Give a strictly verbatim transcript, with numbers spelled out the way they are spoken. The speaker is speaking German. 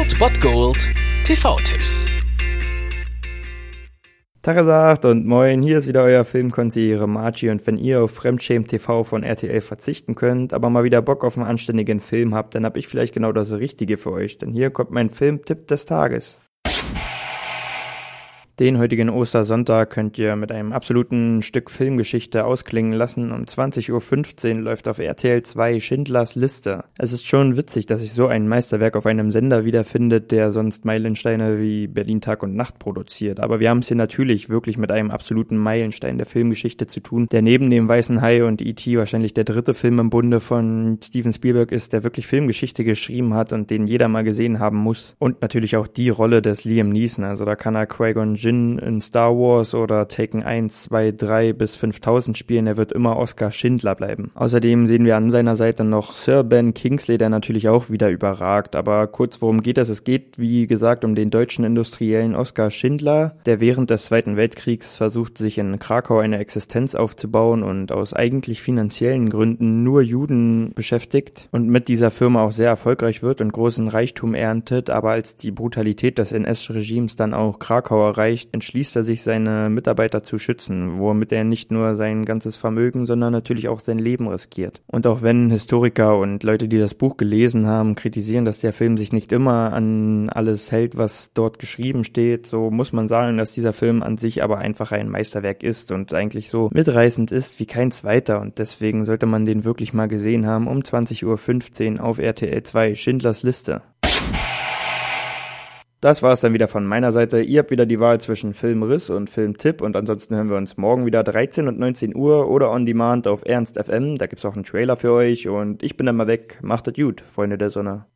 Old Bot Gold T V-Tipps. Tagesacht und moin, hier ist wieder euer Filmkonsigliere Margie und wenn ihr auf Fremdschämen T V von R T L verzichten könnt, aber mal wieder Bock auf einen anständigen Film habt, dann hab ich vielleicht genau das Richtige für euch, denn hier kommt mein Filmtipp des Tages. Den heutigen Ostersonntag könnt ihr mit einem absoluten Stück Filmgeschichte ausklingen lassen. Um zwanzig Uhr fünfzehn läuft auf R T L zwei Schindlers Liste. Es ist schon witzig, dass sich so ein Meisterwerk auf einem Sender wiederfindet, der sonst Meilensteine wie Berlin Tag und Nacht produziert. Aber wir haben es hier natürlich wirklich mit einem absoluten Meilenstein der Filmgeschichte zu tun, der neben dem Weißen Hai und E T wahrscheinlich der dritte Film im Bunde von Steven Spielberg ist, der wirklich Filmgeschichte geschrieben hat und den jeder mal gesehen haben muss. Und natürlich auch die Rolle des Liam Neeson, also da kann er Qui-Gon Jinn in Star Wars oder Taken eins, zwei, drei bis fünftausend spielen, er wird immer Oskar Schindler bleiben. Außerdem sehen wir an seiner Seite noch Sir Ben Kingsley, der natürlich auch wieder überragt, aber kurz worum geht es? Es geht, wie gesagt, um den deutschen Industriellen Oskar Schindler, der während des Zweiten Weltkriegs versucht, sich in Krakau eine Existenz aufzubauen und aus eigentlich finanziellen Gründen nur Juden beschäftigt und mit dieser Firma auch sehr erfolgreich wird und großen Reichtum erntet, aber als die Brutalität des N S-Regimes dann auch Krakau erreicht, entschließt er sich, seine Mitarbeiter zu schützen, womit er nicht nur sein ganzes Vermögen, sondern natürlich auch sein Leben riskiert. Und auch wenn Historiker und Leute, die das Buch gelesen haben, kritisieren, dass der Film sich nicht immer an alles hält, was dort geschrieben steht, so muss man sagen, dass dieser Film an sich aber einfach ein Meisterwerk ist und eigentlich so mitreißend ist wie kein zweiter und deswegen sollte man den wirklich mal gesehen haben um zwanzig Uhr fünfzehn auf R T L zwei Schindlers Liste. Das war es dann wieder von meiner Seite. Ihr habt wieder die Wahl zwischen Filmriss und Filmtipp und ansonsten hören wir uns morgen wieder dreizehn und neunzehn Uhr oder on demand auf Ernst F M. Da gibt's auch einen Trailer für euch und ich bin dann mal weg. Macht es gut, Freunde der Sonne.